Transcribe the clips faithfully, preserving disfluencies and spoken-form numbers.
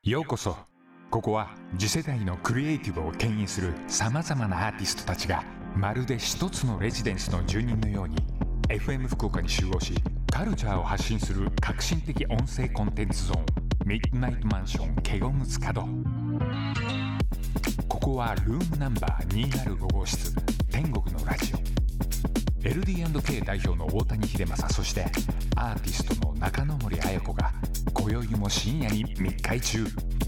ようこそ。ここは次世代のクリエイティブを牽引するさまざまなアーティストたちがまるで一つのレジデンスの住人のように エフエム 福岡に集合し、カルチャーを発信する革新的音声コンテンツゾーンミッドナイトマンションケゴムズ角。ここはルームナンバーにひゃくご号室、天国のラジオ。 エルディーアンドケー 代表の大谷秀正、そしてアーティストの中野森彩子が今宵も深夜に密会中。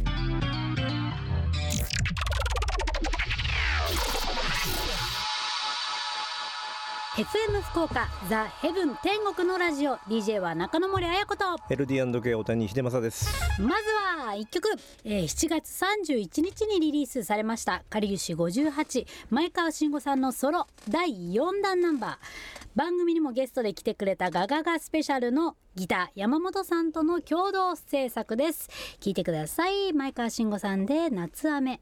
エフエム 福岡ザ・ヘブン天国のラジオ。 ディージェー は中野森彩子とエルディーアンドケー 大谷秀正です。 まずはいっきょく、えー、しちがつさんじゅういちにちにリリースされましたかりゆしごじゅうはち前川慎吾さんのソロだいよんだんナンバー。番組にもゲストで来てくれたガガガスペシャルのギター山本さんとの共同制作です。聴いてください。前川慎吾さんで夏雨。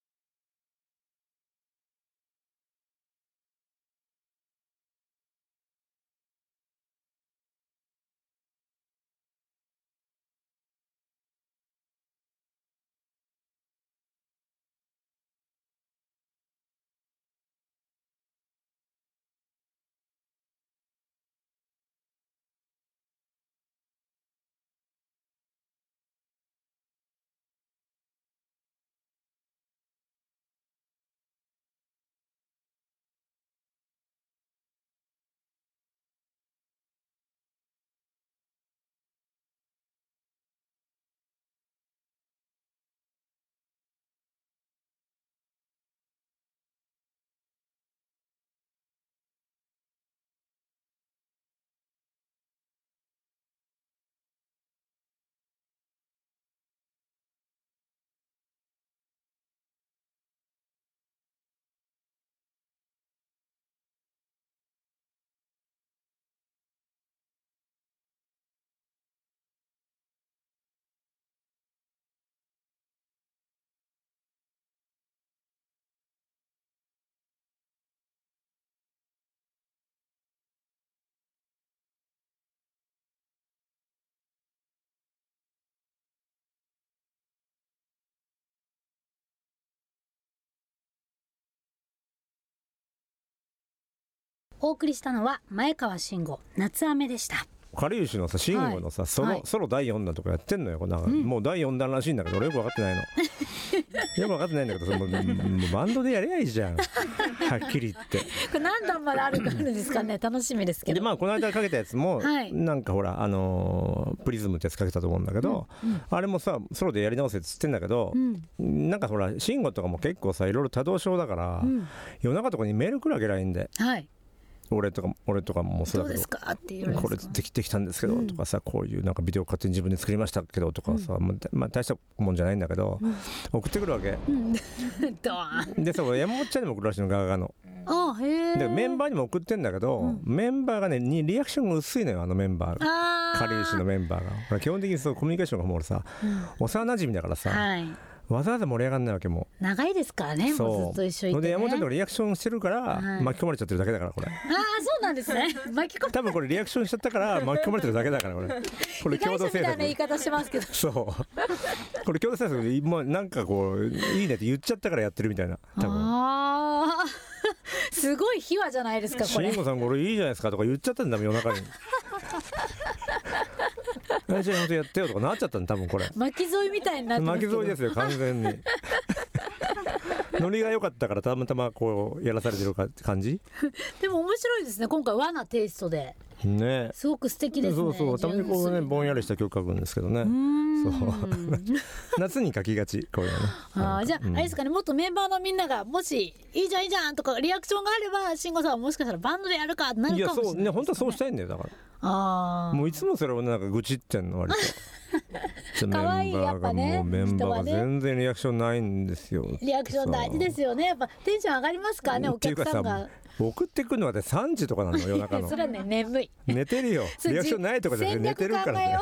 お送りしたのは前川慎吾夏雨でした。 かりゆしのさ慎吾のさ、はい、ソロ、はい、ソロだいよんだんとかやってんのよ。なんか、うん、もうだいよんだんらしいんだけど俺よく分かってないのよく分かってないんだけどもうもうバンドでやりゃいいじゃんはっきり言ってこれ何段まであるんですかね楽しみですけど。 でまあこの間かけたやつも、はい、なんかほらあのー、プリズムってやつかけたと思うんだけど、うんうん、あれもさソロでやり直せっつってんだけど、うん、なんかほら慎吾とかも結構さいろいろ多動症だから、うん、夜中とかにメール来るわけないんで、はい俺とか俺とかもそうだけど、どうですかって言われますか。これできてきたんですけど、うん、とかさこういうなんかビデオ勝手に自分で作りましたけどとかさ、うんまあ、大したもんじゃないんだけど、うん、送ってくるわけ、うん、でさ山本ちゃんにも送るらしいのガガガの。あへでメンバーにも送ってんだけど、うん、メンバーがねにリアクションが薄いのよ。あのメンバーがかりゆしのメンバーが基本的にそうコミュニケーションがもうさ、うん、幼馴染だからさ、はいわざわざ盛り上がんないわけ。も長いですからね。もうずっと一緒にいて、ね、 で山本ちゃんとかリアクションしてるから、はい、巻き込まれちゃってるだけだからこれ。ああそうなんですね巻き込ま多分これリアクションしちゃったから巻き込まれてるだけだからこれこれ共同制作みたいな言い方しますけどそうこれ共同制作でもうなんかこういいねって言っちゃったからやってるみたいな。多分あすごい秘話じゃないですかこれ。 慎吾さんこれいいじゃないですかとか言っちゃったんだ夜中にじゃあ本当やってよとかなっちゃったんだ多分これ。 巻き添いみたいになってますけど。 巻き添いですよ完全にノリが良かったからたまたまこうやらされてるか感じでも面白いですね今回和なテイストでね。すごく素敵ですね。 そうそうたまにこうねぼんやりした曲書くんですけどね。そう夏に書きがちこういうのね。 あじゃあ、うん、あれですかねもっとメンバーのみんながもしいいじゃんいいじゃんとかリアクションがあれば慎吾さんはもしかしたらバンドでやるかってなるかもしれないです、ね、いやそうね本当はそうしたいんだよだから。あもういつもそれをなんか愚痴ってんの割とかわいいやっぱね。 メンバーが全然リアクションないんですよ。 リアクション大事ですよね。やっぱテンション上がりますからねお客さんが。 送ってくるのがさんじとかなの夜中のそれはね眠い寝てるよリアクションないとかじゃ寝てるからね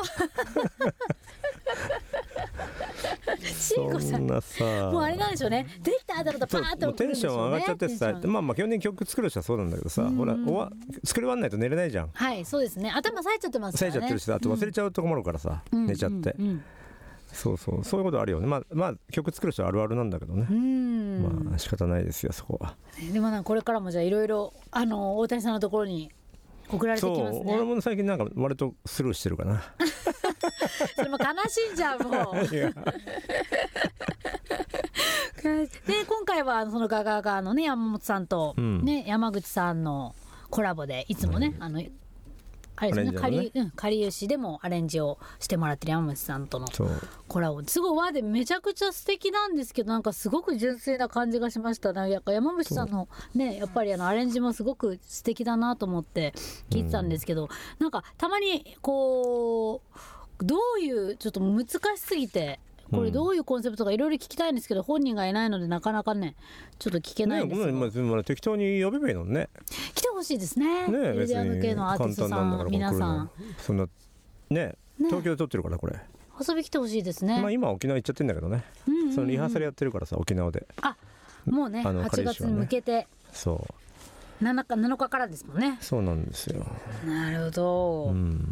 慎吾さんもうあれなんでしょうねできた後だとパーッと送るんでしょうね。テンション上がっちゃってさまあまあ基本的に曲作る人はそうなんだけどさほらおわ作り終わんないと寝れないじゃん。 はいそうですね頭冴えちゃってますからね。 冴えちゃってるしあと忘れちゃうとこもあるからさ、うん、寝ちゃって、うんうんうんそうそうそういうことあるよね。まあまあ曲作る人はあるあるなんだけどね。うんまあ仕方ないですよそこは。 でもなこれからもじゃあいろいろあの大谷さんのところに送られてきますね。 そう俺も最近なんか割とスルーしてるかな。 それも悲しいじゃんもう。で今回はそのガガガのね山本さんと、ねうん、山口さんのコラボでいつもね、うん、あのあれですね、かり、うん、かりゆしでもアレンジをしてもらってる山口さんとのコラボすごい和でめちゃくちゃ素敵なんですけどなんかすごく純粋な感じがしましたね。やっぱ山口さんのねやっぱりあのアレンジもすごく素敵だなと思って聞いてたんですけど、うん、なんかたまにこうどういうちょっと難しすぎてこれどういうコンセプトかいろいろ聞きたいんですけど、本人がいないのでなかなかねちょっと聞けないんですよ、 ねまあ、適当に呼べばいいのね。 来てほしいですね。ねエルディアン系のアーティストさん皆さんそんなね東京で撮ってるからこれ遊び来てほしいですね。 まあ今沖縄行っちゃってんだけどね、うんうんうん、そのリハーサルやってるからさ沖縄であもうねはちがつに向けて、ね、 そうなのか、なのかからですもんね。 そうなんですよ。 なるほど、うん、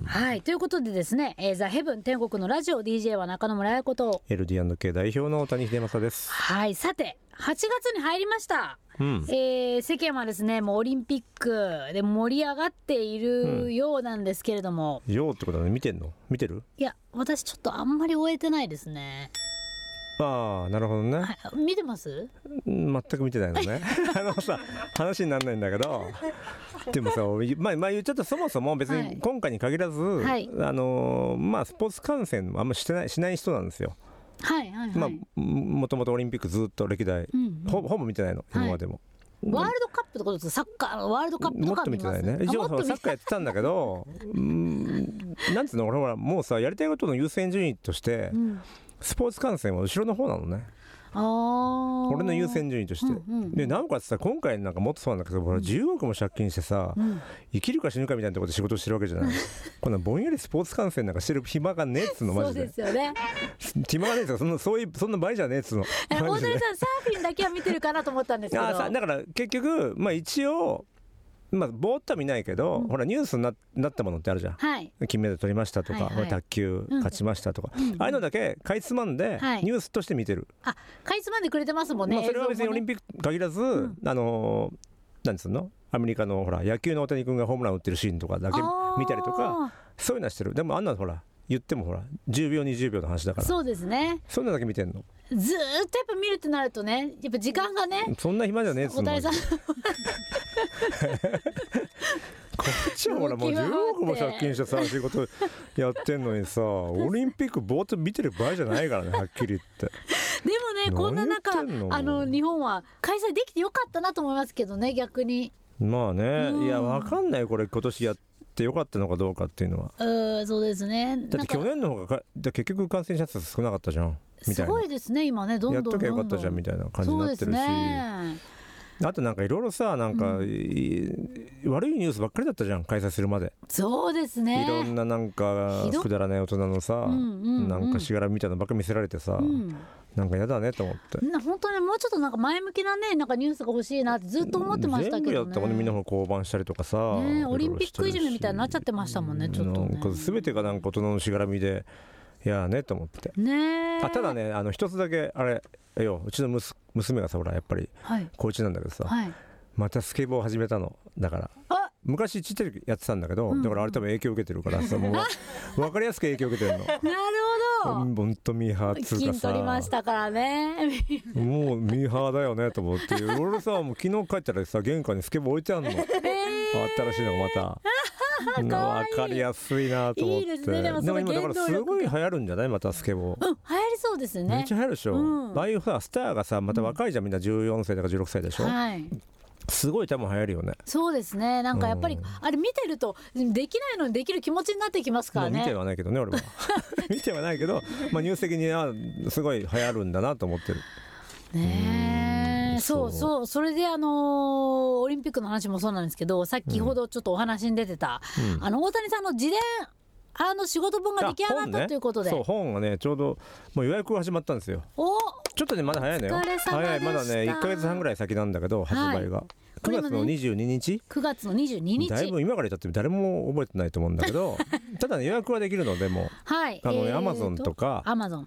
はいということでですね、えー、ザ・ヘブン天国のラジオ ディージェー は中野村彩子とエルディーアンドケー 代表の谷秀正です。 はいさてはちがつに入りました、うんえー、世間はですねもうオリンピックで盛り上がっているようなんですけれども、 うん、ようってことはね見てんの見てる？ いや私ちょっとあんまり終えてないですね。 ああなるほどね、はい、 見てます？ 全く見てないのねあのさ話にならないんだけどでもさ、まあ、まあ言っちゃったそもそも別に今回に限らず、はい、あのまあスポーツ観戦あんましてないしない人なんですよ。 はいはいはい、 まあもともとオリンピックずっと歴代、うんうん、ほ, ほぼ見てないの今までも、 はい、ワールドカップってことですか？サッカーワールドカップとか見ます？ もっと見てないね。一応サッカーやってたんだけどうんなんつうの俺ほらもうさやりたいことの優先順位として、うんスポーツ観戦は後ろの方なのね。あ俺の優先順位として、うんうん、でなおかつさ今回なんかもっとそうなんだけど、うん、じゅうおくも借金してさ、うん、生きるか死ぬかみたいなところで仕事してるわけじゃないこんなぼんやりスポーツ観戦なんかしてる暇がねえっつうのマジで。 そうですよね暇がねえっつうのそんなそういうそんな場合じゃねえっつうの。 大谷さんサーフィンだけは見てるかなと思ったんですけどあだから結局まあ一応まあ、ぼーっとは見ないけど、うん、ほらニュースに な, なったものってあるじゃん、はい、金メダル取りましたとか、はいはい、卓球勝ちましたとか、うん、ああいうのだけかいつまんで、はい、ニュースとして見てる。 あかいつまんでくれてますもんね、 まあ、それは別にオリンピック限らず、うん、あのなんつうのアメリカのほら野球の大谷君がホームラン打ってるシーンとかだけ見たりとかそういうのはしてる。でもあんなのほら言ってもほらじゅうびょうにじゅうびょうの話だからそうですねそんなだけ見てんの。 ずーっとやっぱ見るってなるとねやっぱ時間がねそんな暇じゃねえっつうの。 大谷さんこっちはほらもうじゅうおくも借金してさ仕事やってんのにさオリンピックぼーっと見てる場合じゃないからねはっきり言って。 でもねこんな中あの日本は開催できてよかったなと思いますけどね逆に。 まあね、うん、いやわかんないこれ今年やってよかったのかどうかっていうのは。 うんそうですね。 だって去年の方が結局感染者数少なかったじゃんみたいな。 すごいですね今ねどんどんどんどんやっときゃよかったじゃんみたいな感じになってるし、ね、あとなんかいろいろさなんか、うん、悪いニュースばっかりだったじゃん開催するまで。 そうですね。 いろんななんかくだらない大人のさ、うんうんうん、なんかしがらみみたいなのばっかり見せられてさ、うん、なんかやだねと思って。 本当にもうちょっとなんか前向きなねなんかニュースが欲しいなってずっと思ってましたけどね。 全部やったもんねみんな降板したりとかさ、 ね、オリンピックいじめみたいになっちゃってましたもんねちょっとね。 なんか全てがなんか大人のしがらみでいやねと思ってね。 あただねあの一つだけあれようちのむす娘がさほらやっぱり高いちなんだけどさ、はい、またスケボーを始めたのだから昔ちっちゃい時やってたんだけど、うん、だからあれ多分影響受けてるからさもう分かりやすく影響受けてるの。なるほど。 ほんとミーハーっつうかさ金取りましたからねもうミーハーだよねと思って俺さもう昨日帰ったらさ玄関にスケボー置いてあんの、えー、新しいのがまた分かりやすいなと思って。いいですね。でも、でも今だからすごい流行るんじゃないまたスケボー。 うん流行りそうですね。 めっちゃ流行るでしょ、うん、ああいうさスターがさまた若いじゃんみんなじゅうよんさいとかじゅうろくさいでしょ、はいすごい多分流行るよね。 そうですねなんかやっぱり、うん、あれ見てるとできないのにできる気持ちになってきますからね。 見てはないけどね俺は見てはないけど、まあ、ニュース的にはすごい流行るんだなと思ってるねえ。そうそうそれであのー、オリンピックの話もそうなんですけど先ほどちょっとお話に出てた、うん、あの大谷さんの自伝あの仕事本が出来上がった、ね、ということで。 そう本がねちょうどもう予約が始まったんですよ。おちょっとねまだ早いのよ。早いまだねいっかげつはんぐらい先なんだけど発売が、はい、くがつのにじゅうににち、ね、 くがつのにじゅうににちだいぶ今から言ったって誰も覚えてないと思うんだけどただ、ね、予約はできるのでも、はい、あのね、 えー、 アマゾンとかアマゾン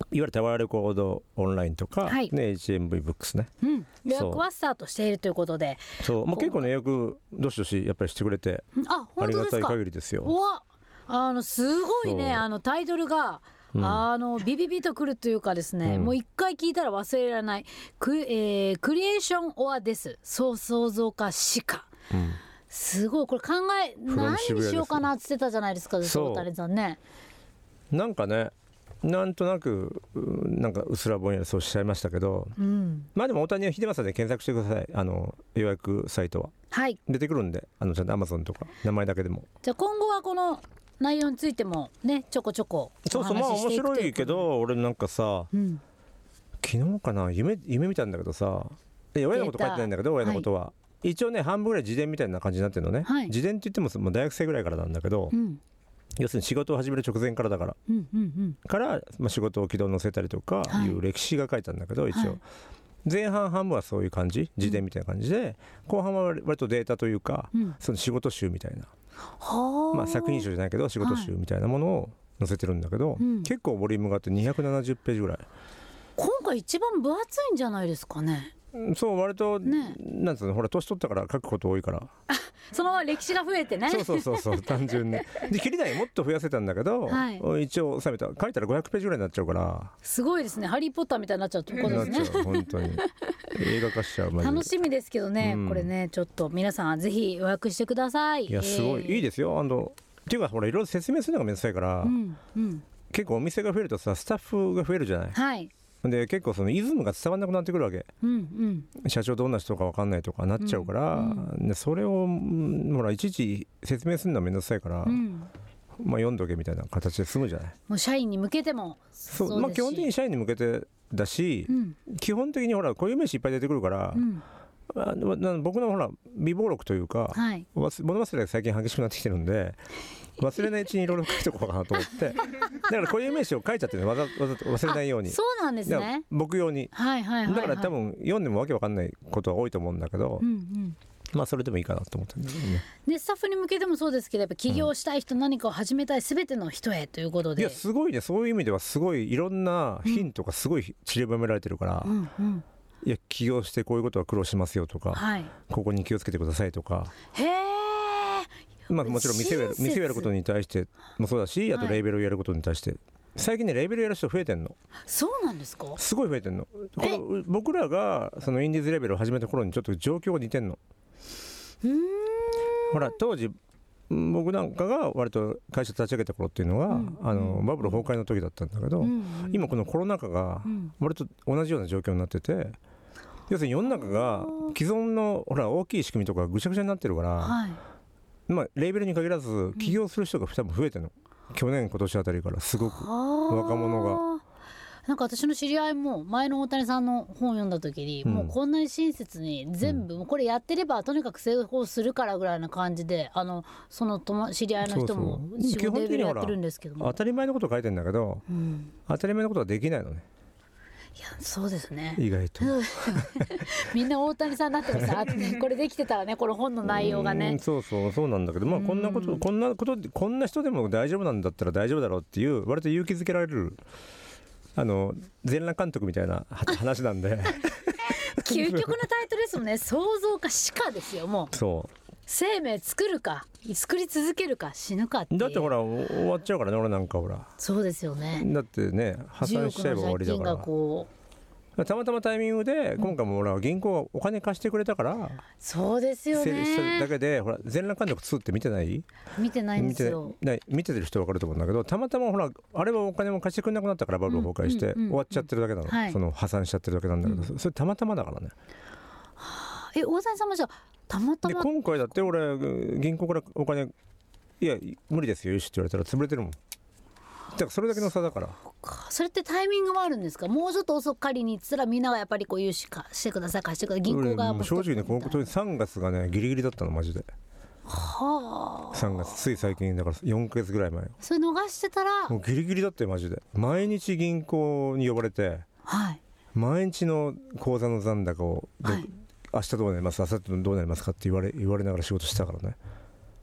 いわゆるタワーレコードオンラインとか、はいね、エイチエムブイ ブックスね、 うん、予約はスタートしているということで、 そう、まあ、結構ね予約どしどしやっぱりしてくれて、 あ、 ありがたい限りですよ。 うわ、あのすごいね、あのタイトルが、うん、あのビビビとくるというかですね、うん、もう一回聞いたら忘れられないク、えー、クリエーションオアデス、そう創造か死か、うん、すごいこれ考え何にしようかなって言ってたじゃないですか、大谷さんね。 なんかね、なんとなくなんかうすらぼんやりそうしちゃいましたけど、うん、まあでも大谷秀政で検索してください、あの予約サイトは、はい、出てくるんで、あのちゃんと Amazon とか名前だけでも。 じゃあ今後はこの内容についてもね、ちょこちょこお話ししていくという。 そうそう、まあ面白いけど、俺なんかさ、うん、昨日かな 夢, 夢見たんだけどさ、親のこと書いてないんだけど、親のことは、はい、一応ね半分ぐらい自伝みたいな感じになってるのね、はい、自伝って言ってももう大学生ぐらいからなんだけど、うん、要するに仕事を始める直前からだから、うんうんうん、から、まあ、仕事を軌道に乗せたりとかいう歴史が書いたんだけど、はい、一応前半半分はそういう感じ、自伝みたいな感じで、うん、後半は割とデータというか、うん、その仕事集みたいな、まあ、作品集じゃないけど仕事集みたいなものを載せてるんだけど、はい、結構ボリュームがあってにひゃくななじゅっページぐらい。 今回一番分厚いんじゃないですかね。 そう、割と、ね、なんつうの、ほら年取ったから書くこと多いから、 その歴史が増えてね。 そうそうそうそう単純にできりないもっと増やせたんだけど、はい、一応収めた、書いたらごひゃくページぐらいになっちゃうから。すごいですね、ハリーポッターみたいになっちゃうってことですね。 なっちゃう本当に映画化しちゃう。 楽しみですけどね、うん、これね、ちょっと皆さんぜひ予約してください。 いやすごい、えー、いいですよ。あのっていうかほらいろいろ説明するのがめんどくさいから、うんうん、結構お店が増えるとさスタッフが増えるじゃない、はい、で結構そのイズムが伝わらなくなってくるわけ、うんうん、社長どんな人か分かんないとかなっちゃうから、うんうん、でそれをほらいちいち説明するのはめんどくさいから、うん、まあ、読んどけみたいな形で済むじゃない。 もう社員に向けてもそうそう、まあ、基本的に社員に向けてだし、うん、基本的にほら固有名詞いっぱい出てくるから、うん、あ僕のほら微暴録というか、はい、物忘れが最近激しくなってきてるんで忘れないうちにいろいろ書いとこうかなと思ってだから固有名詞を書いちゃってね、わざわざ忘れないように。 そうなんですね、僕用に、はいはいはいはい、だから多分読んでもわけわかんないことが多いと思うんだけど、うんうん、まあそれでもいいかなと思ってるんだけどね。 でスタッフに向けてもそうですけど、やっぱ起業したい人、うん、何かを始めたい全ての人へということで、 いやすごいね、そういう意味ではすごいいろんなヒントがすごい散りばめられてるから、うんうん、いや起業してこういうことは苦労しますよとか、はい、ここに気をつけてくださいとか、へー、まあ、もちろん店をやる、店をやることに対してもそうだし、あとレーベルをやることに対して、はい、最近ねレーベルやる人増えてんの。 そうなんですか。 すごい増えてんの。この僕らがそのインディーズレーベルを始めた頃にちょっと状況が似てんの。うーん、ほら当時僕なんかが割と会社立ち上げた頃っていうのは、うん、あのバブル崩壊の時だったんだけど、うん、今このコロナ禍が割と同じような状況になってて、要するに世の中が既存のほら大きい仕組みとかぐちゃぐちゃになってるから、はい、まあ、レーベルに限らず起業する人が多分増えてるの、うん、去年今年あたりからすごく若者が。 なんか私の知り合いも前の大谷さんの本を読んだ時に、うん、もうこんなに親切に全部、うん、これやってればとにかく成功するからぐらいな感じで、あのその知り合いの人も仕事レベルやってるんですけども、 当たり前のこと書いてるんだけど、うん、当たり前のことはできないのね。 いやそうですね、 意外とみんな大谷さんになってますあこれできてたらね、この本の内容がね、うん、 そうそうそうなんだけど、まあこんなことこんなことこんな人でも大丈夫なんだったら大丈夫だろうっていう割と勇気づけられるあの全裸監督みたいな話なんで究極のタイトルですもんね。創造か死かですよ。もうそう生命作るか作り続けるか死ぬかっていう。 だってほら終わっちゃうからね、俺なんかほら。 そうですよね。 だってね破産しちゃえば終わりだから。こうたまたまタイミングで今回もほら銀行がお金貸してくれたから、うん、 そうですよね。 それだけでほら全裸監督にって見てない？ 見てないんですよ。 見て、見ててる人は分かると思うんだけど、たまたまほらあれはお金も貸してくれなくなったからバブル崩壊して終わっちゃってるだけなの、はい、その破産しちゃってるだけなんだけど、うん、それたまたまだからね。 はあ、え大谷さんもじゃあたまたまで今回だって俺銀行からお金いや無理ですよよしって言われたら潰れてるもん。だからそれだけの差だから。 それってタイミングもあるんですか？もうちょっと遅く借りに行ったらみんながやっぱりこう融資かしてください貸してください、銀行が正直ねこのことにさんがつがねギリギリだったのマジで。はあ、さんがつつい最近だからよんかげつぐらい前。 それ逃してたらもうギリギリだってマジで。毎日銀行に呼ばれて、はい、毎日の口座の残高を、はい、明日どうなります明後日どうなりますかって言われ言われながら仕事したからね。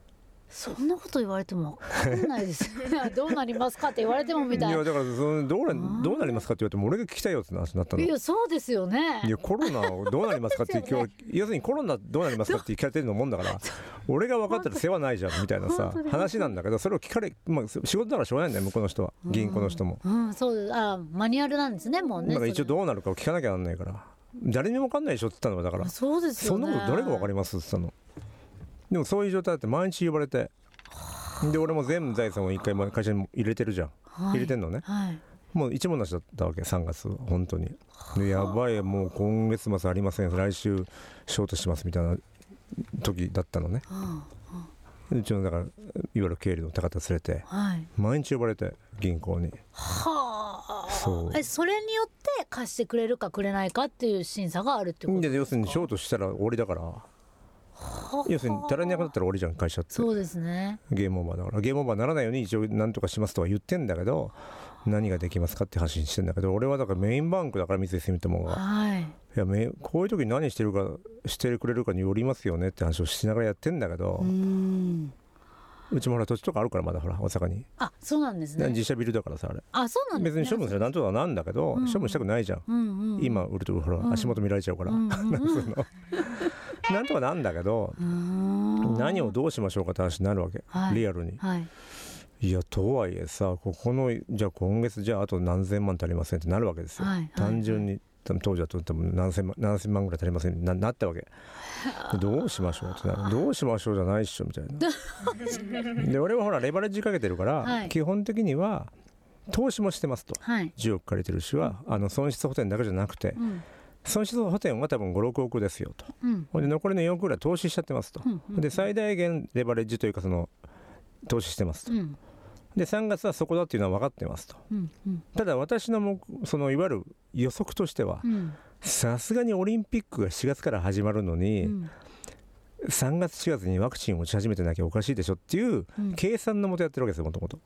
そんなこと言われても分かんないですよどうなりますかって言われてもみたいな。 いやだからそのどうなどうなりますかって言われても俺が聞きたいよって話になったの。 いやそうですよね。 いやコロナをどうなりますかって今日、ね、要するにコロナどうなりますかって聞かれてるのもんだから俺が分かったら世話ないじゃんみたいなさ話なんだけど、それを聞かれ、まあ、仕事だからしょうがないんだよ向こうの人は、銀行の人も、 うんうん、そうあマニュアルなんですねもうね。 だから一応どうなるかを聞かなきゃなんないから誰にも分かんないでしょって言ったのはだから。 そうですよね。 そんなこと誰が分かりますって言ったの。でもそういう状態だって毎日呼ばれて、で俺も全部財産を一回会社に入れてるじゃん、はい、入れてんのね、はい、もう一文なしだったわけさんがつ本当に。でやばいもう今月末ありません来週ショートしますみたいな時だったのね、はあ、うちのだからいわゆる経理の高田連れて、はい、毎日呼ばれて銀行に。はあ。そうえそれによって貸してくれるかくれないかっていう審査があるってことですか。 で要するにショートしたら終わりだから、要するに足らなくなったら終わりじゃん会社って。 そうですね。 ゲームオーバーだからゲームオーバーにならないように一応何とかしますとは言ってんだけど、何ができますかって発信してんだけど、俺はだからメインバンクだから三井住友が、はい、いやめこういう時に何してるかしてくれるかによりますよねって話をしながらやってんだけど、うーんうちもほら土地とかあるからまだほら大阪に。 あそうなんですね。 自社ビルだからさあれ。 あそうなんですね。 別に処分するなんとかなんだけど、うん、処分したくないじゃん、うんうん、今売るとほら、うん、足元見られちゃうから、うんうんうん、なんとかなんだけど何をどうしましょうかって話になるわけ、はい、リアルに、はい、いやとはいえさここのじゃあ今月じゃああと何千万足りませんってなるわけですよ、はいはい、単純に当時はとっても何千万何千万ぐらい足りませんななったわけ。どうしましょうってなる。どうしましょうじゃないっしょみたいなで俺はほらレバレッジかけてるから、はい、基本的には投資もしてますと、はい、じゅうおく借りてるしは、うん、あの損失補填だけじゃなくて、うん、損失補填は多分ご、ろくおくですよと、うん、で残りのよんおくぐらい投資しちゃってますと、うんうん、で最大限レバレッジというかその投資してますと、うんでさんがつはそこだっていうのは分かってますと、うんうん、ただ私のもそのいわゆる予測としてはさすがにオリンピックがしがつから始まるのに、うん、さんがつしがつにワクチンを打ち始めてなきゃおかしいでしょっていう計算のもとやってるわけですよもともと。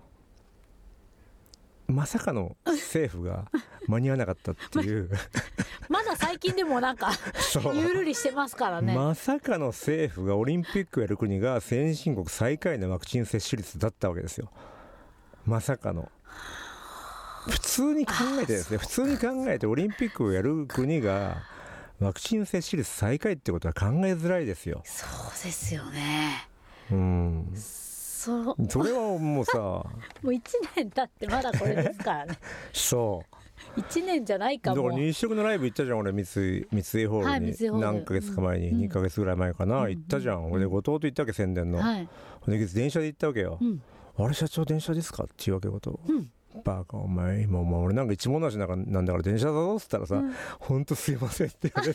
まさかの政府が間に合わなかったっていうまだ最近でもなんかゆるりしてますからね。 まさかの政府がオリンピックやる国が先進国最下位のワクチン接種率だったわけですよ。まさかの普通に考えてですね普通に考えてオリンピックをやる国がワクチン接種率最下位ってことは考えづらいですよ。 そうですよね。 うんそ, それはもうさもういちねん経ってまだこれですからねそういちねんじゃないかも。 だから日食のライブ行ったじゃん俺三井三井ホールに、はい、何ヶ月か前に、うん、にかげつぐらい前かな、うん、行ったじゃん、うん、俺後藤と行ったわけ宣伝の、はい、で電車で行ったわけよ、うん、あれ社長電車ですかっていうわけこと、うん、バカお前今お前俺なんか一文無しなんだから電車だぞっつったらさ、うん、ほんとすいませんって言われて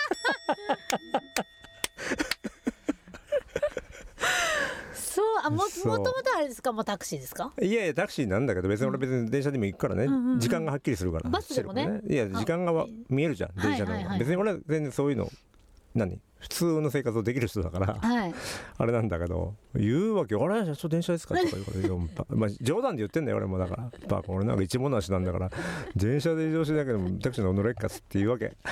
そうあ も, もともとあれですかもうタクシーですか。 いやいやタクシーなんだけど別に俺別に電車でも行くからね、うんうんうん、時間がはっきりするからバスでも ね, ねいや時間が見えるじゃん電車の、はいはいはい、別に俺は全然そういうの何普通の生活をできる人だから、はい、あれなんだけど言うわけあれ社長電車ですかとか言うからまあ冗談で言ってんだよ俺もだからバカ俺なんか一文無しなんだから電車で移動しなきゃタクシーの乗れっかつって言うわけ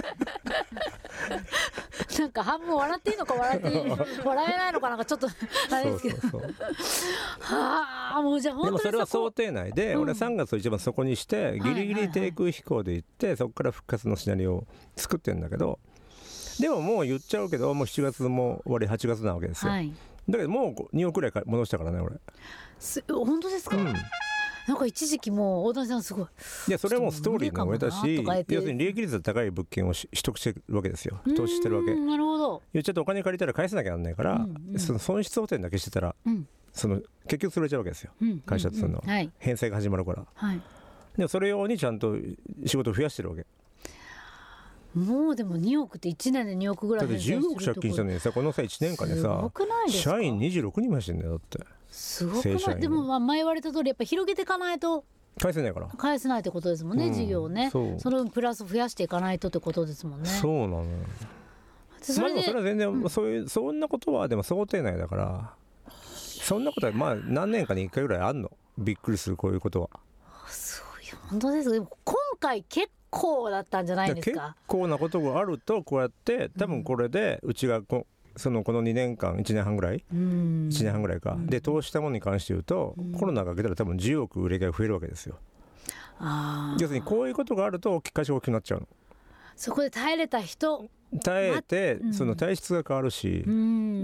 なんか半分笑っていいのか笑っていい笑えないのかなんかちょっとあれですけどそうそうそうはあもうじゃあ本当にでもそれは想定内で、うん、俺さんがつを一番そこにしてギリギリ低空飛行で行って、はいはいはい、そこから復活のシナリオを作ってるんだけどでももう言っちゃうけどもうしちがつも終わりはちがつなわけですよ、はい、だけどもうにおくぐらい戻したからね俺す本当ですか、うん、なんか一時期もう大谷さんすごいいやそれはもうストーリーの上だし要するに利益率が高い物件を取得してるわけですよ投資してるわけ。 なるほど。 言っちゃってお金借りたら返さなきゃなんないから、うんうん、その損失補填だけしてたら、うん、その結局それちゃうわけですよ、うんうんうん、会社っていうのは、はい、返済が始まるから、はい、でもそれ用にちゃんと仕事を増やしてるわけ。 もうでもにおくっていちねんでにおくぐらい返済するだってじゅうおく借金したのにさこのさいちねんかんでさ社員にじゅうろくにんもしてんだよだってすごくない。でもまあ前言われた通りやっぱ広げていかないと返せないから返せないってことですもんね、うん、事業をね そ, そのプラス増やしていかないとってことですもんね。 そうなのよ。それで、まあ、それは全然、うん、そういうそんなことはでも想定内だからそんなことはまあ何年かにいっかいぐらいあんのびっくりするこういうことは。 すごい本当です。でも今回結構だったんじゃないですか。 結構なことがあるとこうやって多分これでうちがこそのこのにねんかんいちねんはんぐらい、うん、いちねんはんぐらいか、うん、で投資したものに関して言うと、うん、コロナが明けたら多分じゅうおく売り上げが増えるわけですよ。あ、要するにこういうことがあると会社が大きくなっちゃうの。 そこで耐えれた人耐えて、うん、その体質が変わるし、うん、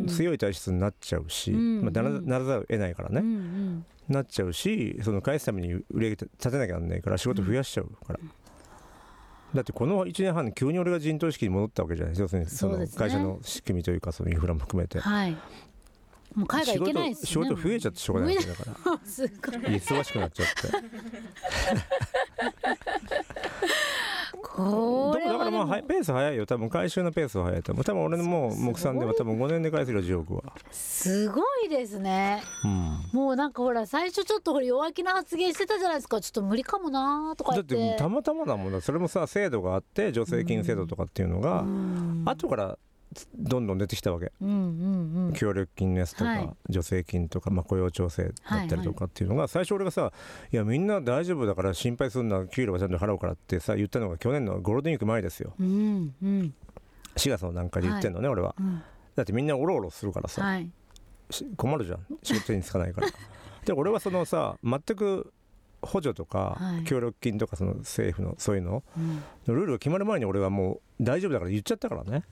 強い体質になっちゃうし、うんまあ、なら、ならざるを得ないからね、うんうん、なっちゃうし、その返すために売り上げ立てなきゃなんないから仕事増やしちゃうから、うん、だってこのいちねんはんで急に俺が陣頭指揮に戻ったわけじゃない。要するにその会社の仕組みというかそのインフラも含めて、はい、 もう海外行けないですね。 仕事増えちゃってしょうがないわけだからすごい忙しくなっちゃってこれだからまあペース早いよ。多分回収のペースは早いと思う。多分俺のもう目算では多分ごねんで返せるよじゅうおくは。 すごいですね、うん、もうなんかほら最初ちょっとほら弱気な発言してたじゃないですか。ちょっと無理かもなとか言って。 だってたまたまだもんだ。それもさ制度があって助成金制度とかっていうのが、うん、後からどんどん出てきたわけ、うんうんうん、協力金のやつとか、はい、助成金とか、まあ、雇用調整だったりとかっていうのが、はいはい、最初俺がさいやみんな大丈夫だから心配するのは給料はちゃんと払うからってさ言ったのが去年のゴールデンウィーク前ですよ、うんうん、しがつの段階で言ってんのね、はい、俺は、うん、だってみんなオロオロするからさ、はい、困るじゃん仕事に就かないからで俺はそのさ全く補助とか協力金とかその政府のそういうの、うん、ルールが決まる前に俺はもう大丈夫だから言っちゃったからね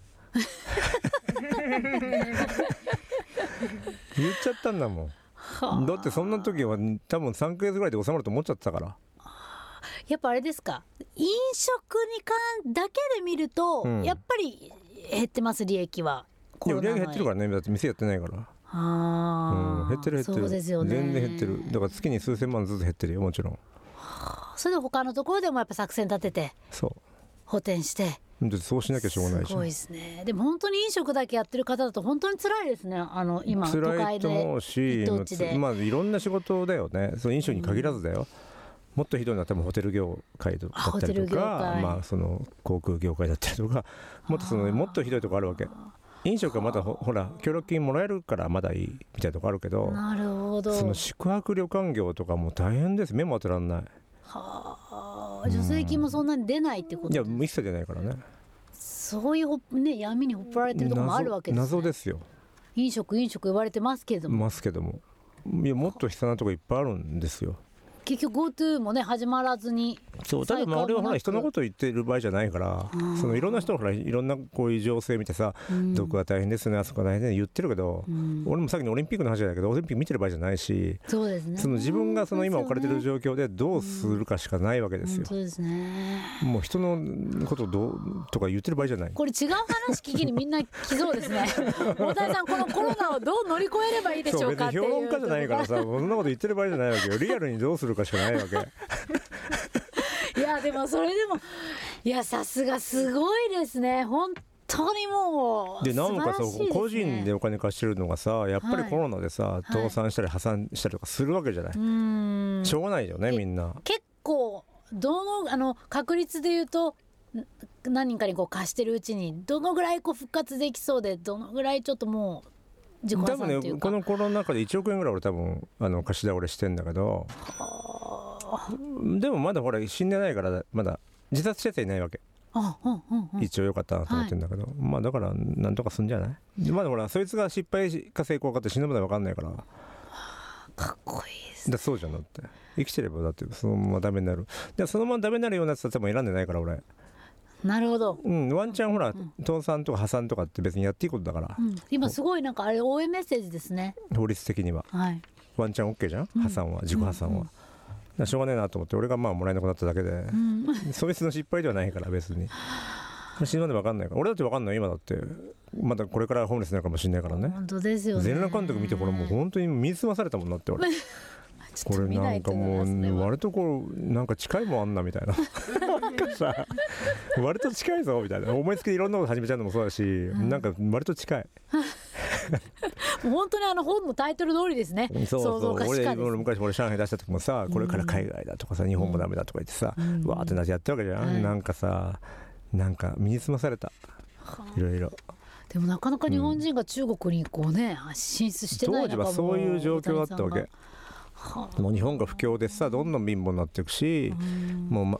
言っちゃったんだもん、はあ、だってそんな時は多分さんかげつぐらいで収まると思っちゃってたから。 やっぱあれですか、飲食に関だけで見ると、うん、やっぱり減ってます利益は。 いや売り上げ減ってるからね。だって店やってないから。あ、うん、減ってる減ってる。 そうですよね。 全然減ってる。だから月に数千万ずつ減ってるよもちろん。 はあ、それで他のところでもやっぱ作戦立ててそう補填してそうしなきゃしょうがないし。 すごいですね。でも本当に飲食だけやってる方だと本当に辛いですね。あの今都会で辛いと思うし、まあいろんな仕事だよね。その飲食に限らずだよ、うん、もっとひどいのは多分ホテル業界だったりとか、まあその航空業界だったりとか、もっとそのもっとひどいとこあるわけ。飲食はまだ ほ, ほら協力金もらえるからまだいいみたいなとこあるけど、 なるほど。 その宿泊旅館業とかも大変です。目も当てらんない。 はあ、助成金もそんなに出ないってことですか。 いや一切出ないからね。 そういう、ね、闇にほっぽられてるところもあるわけですね。 謎ですよ。 飲食飲食言われてますけれどもますけどもいやもっと悲惨なところいっぱいあるんですよ。 結局 GoTo もね始まらずに。 そうただまあ俺はほら人のこと言ってる場合じゃないから、そのいろんな人がほらいろんなこういう情勢見てさ、うん、どこが大変ですねあそこが大変で言ってるけど、うん、俺もさっきのオリンピックの話じゃないけどオリンピック見てる場合じゃないし、 そうですね、 その自分がその今置かれてる状況でどうするかしかないわけですよ、 うん、そうですね。 もう人のことどうとか言ってる場合じゃない。 これ違う話聞きにみんな来そうですね大谷さんこのコロナをどう乗り越えればいいでしょうかっていう。 評論家じゃないからさそんなこと言ってる場合じゃないわけよ。リアルにどうするかしかないわけいやでもそれでもいやさすがすごいですね本当にもうでなんかそう、個人でお金貸してるのがさやっぱりコロナでさ、はい、倒産したり破産したりとかするわけじゃない、はい、しょうがないよねみんな。 結構どのあの確率で言うと何人かにこう貸してるうちにどのぐらいこう復活できそうでどのぐらいちょっともう自己破産っていうか。多分ねこのコロナ禍でいちおくえんぐらい俺多分あの貸し倒れしてんだけど、でもまだほら死んでないからまだ自殺したやつはいないわけ。あ、うんうんうん、一応良かったなと思ってるんだけど、はい、まあだからなんとかすんじゃない。まだほらそいつが失敗か成功かって死ぬまで分かんないから。 かっこいいですね。 だそうじゃんだって生きてればだってそのままダメになる。でそのままダメになるようなやつは多分選んでないから俺。 なるほど、 うん、ワンチャンほら、うん、倒産とか破産とかって別にやっていいことだから、うん、 今すごいなんかあれ応援メッセージですね法律的には、はい、ワンチャン OK じゃん、うん、破産は自己破産は、うんうん、しょうがねえなと思って俺がまあもらえなくなっただけで、うん、そいつの失敗ではないから別に死ぬまで分かんないから。俺だって分かんない今だってまだこれからホームレスになるかもしれないからね。 本当ですよね。 全裸監督見てこれもう本当に身につまされたもんなって俺これなんかもう割とこうなんか近いもんあんなみたいななんかさ割と近いぞみたいな思いつきでいろんなこと始めちゃうのもそうだし、うん、なんか割と近いもう本当にあの本のタイトル通りですね。 そうそう俺, 俺昔俺上海出した時もさこれから海外だとかさ、うん、日本もダメだとか言ってさ、うん、わーってなってやってるわけじゃん、うん、なんかさなんか身につまされたいろいろ。 でもなかなか日本人が中国にこうね、うん、進出してない当時はそういう状況だったわけ。もう日本が不況でさどんどん貧乏になっていくし、うん、もう、ま、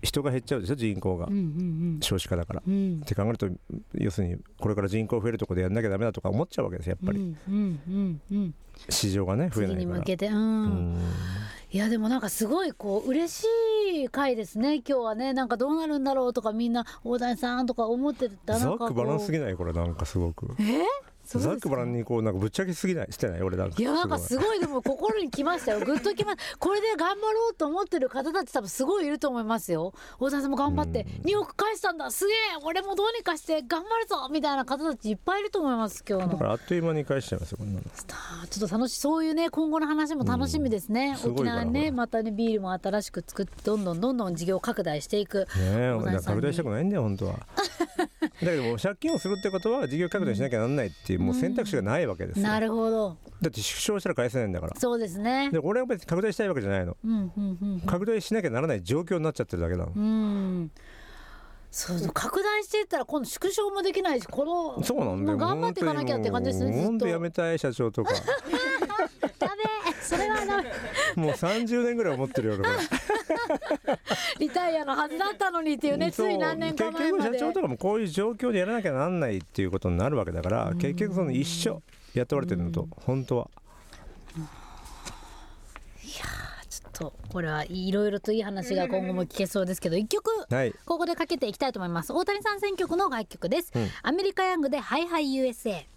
人が減っちゃうでしょ人口が、うんうんうん、少子化だから、うん、って考えると要するにこれから人口増えるところでやんなきゃダメだとか思っちゃうわけですやっぱり、うんうんうんうん、市場がね増えないから次に向けて、うんうん、 いやでもなんかすごいこう嬉しい回ですね今日はね。なんかどうなるんだろうとかみんな大谷さんとか思ってた。 ザックバランスすぎないこれなんかすごくえーザックバランにこうなんかぶっちゃけすぎないしてない俺なんかいやなんかすごいでも心にきましたよグッときまこれで頑張ろうと思ってる方たち多分すごいいると思いますよ。大谷さんも頑張ってにおく返したんだすげえ俺もどうにかして頑張るぞみたいな方たちいっぱいいると思います今日の。 だからあっという間に返しちゃいますよこんなの。 ちょっと楽しいそういうね今後の話も楽しみですね、うん、沖縄にねまたねビールも新しく作ってどんどんどんどん事業拡大していくねえ拡大したくないんだよ本当はだけども借金をするってことは事業拡大しなきゃならないっていう、うん、もう選択肢がないわけですよ、 うん、なるほど。 だって縮小したら返せないんだから。 そうですね。 で俺は別に拡大したいわけじゃないの、うんうんうんうん、拡大しなきゃならない状況になっちゃってるだけなの、うん、 そうそう拡大していったら今度縮小もできないしこのそうなんだよ頑張っていかなきゃって感じですね。ずっと本当やめたい社長とかダメそれはダメもうさんじゅうねんぐらい思ってるよ俺リタイアのはずだったのにっていうねつい何年か前まで結局社長とかもこういう状況でやらなきゃならないっていうことになるわけだから、うん、結局その一緒雇われてるのと、うん、本当は、うん、いやちょっとこれはいろいろといい話が今後も聞けそうですけどいっきょくここでかけていきたいと思います、はい、大谷さん選曲の楽曲です、うん、アメリカヤングでハイハイ ユーエスエー。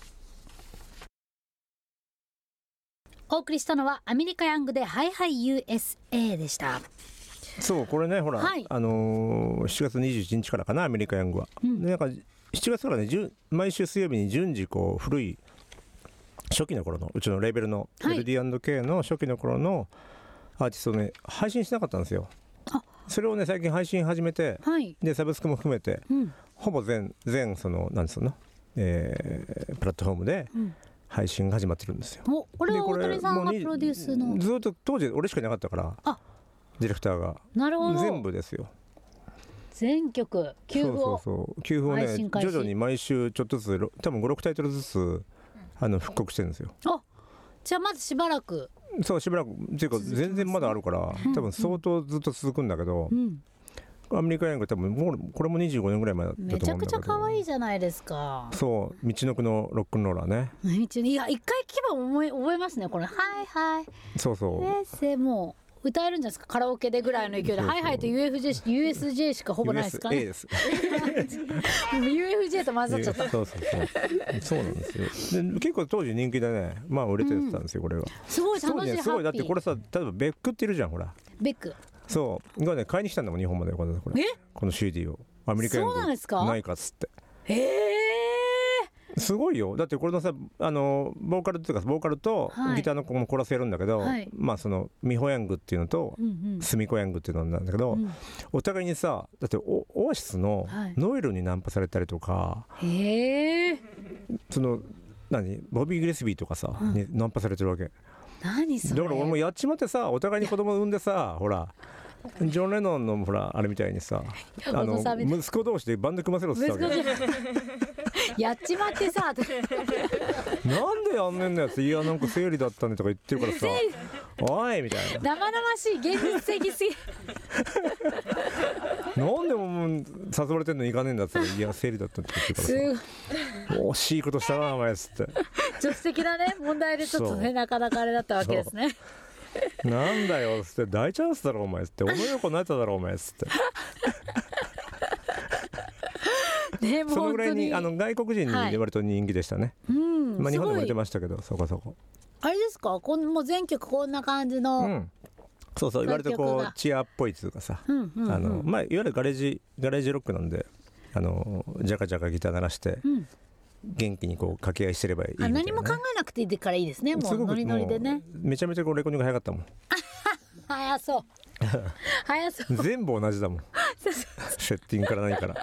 お送りしたのはアメリカヤングでハイハイ ユーエスエー でした。 そうこれねほら、はい、あのー、しちがつにじゅういちにちからかなアメリカヤングは、うん、なんかしちがつからね毎週水曜日に順次こう古い初期の頃のうちのレーベルの エルディーアンドケー の初期の頃のアーティストをね配信しなかったんですよ。それをね最近配信始めて、はい、でサブスクも含めて、うん、ほぼ全全そのなんですか、えー、プラットフォームで配信が始まってるんですよ。 おこれは大谷さんがプロデュースのずっと当時俺しかいなかったからあディレクターがなるほど全部ですよ全曲給付をそうそうそう給付をね徐々に毎週ちょっとずつ多分ごろくタイトルずつあの復刻してるんですよ。 あじゃあまずしばらくそうしばらくっていうか全然まだあるから多分相当ずっと続くんだけど、うんうん、アメリカヤング多分もうこれもにじゅうごねんぐらい前だったと思うんだけどめちゃくちゃ可愛いじゃないですか。 そう道のくのロックンローラーねいや一回聞けば思い覚えますねこれはいはいそうそう平成もう歌えるんじゃないですかカラオケでぐらいの勢いでハイハイと ユーエフジェー ユーエスジェー しかほぼないですかねユーエスエー ですユーエフジェー と混ざっちゃったそうそうそうそうなんですよで結構当時人気でねまあ売れてたんですよ、うん、これがすごい楽しい、ね、 すごいだってこれさ例えばベックっているじゃんほらベックそうがね買いに来たんだもん日本までこれこの シーディー をアメリカヤングないかっつってへえすごいよだってこれのさあのボーカルっていうかボーカルとギターの子もコーラスやるんだけど、はい、まあそのミホヤングっていうのと、うんうん、スミコヤングっていうのなんだけど、うん、お互いにさだってオオアシスのノエルにナンパされたりとか、 はい、へえその何ボビー・グレスビーとかさ、うん、にナンパされてるわけ。 何それだから俺もやっちまってさお互いに子供産んでさほらジョン・レノンのほらあれみたいにさあの息子同士でバンド組ませろって言ったわけやっちまってさなんでやんねんのやついやなんか生理だったねとか言ってるからさおいみたいな生々しい現実的すぎなんでももう誘われてんのに行かねえんだって言ったらいや生理だったって言ってるからさ惜しいことしたなお前っつって女子的なね問題でちょっとねなかなかあれだったわけですねなんだよっつって大チャンスだろお前っつって小野洋子になっただろお前っつってね、そのぐらいにあの外国人に割と人気でしたね、はいうんまあ、日本でも出てましたけどそこそこあれですかこんもう全曲こんな感じの、うん、 そうそう割とこうチアっぽいっていうかさ、うんうんうんあのまあ、いわゆるガレージガレージロックなんであのジャカジャカギター鳴らして、うん、元気にこう掛け合いしてればいいみたいな、ね、 何も考えなくていいからいいですねもうノリノリでねめちゃめちゃこうレコーディング早かったもん早そう早そう全部同じだもんセッティングから何から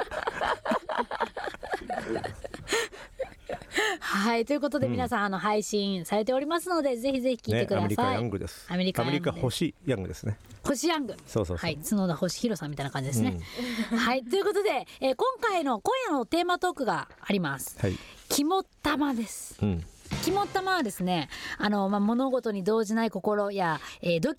はいということで皆さん、うん、あの配信されておりますのでぜひぜひ聞いてください、ね、アメリカヤングですアメリカ星ヤングですね星ヤングそうそうそうはい角田星弘さんみたいな感じですね、うん、はいということで、えー、今回の今夜のテーマトークがあります、はい、肝っ玉です、うん肝っ玉はですねあの、まあ、物事に動じない心や、えー、度胸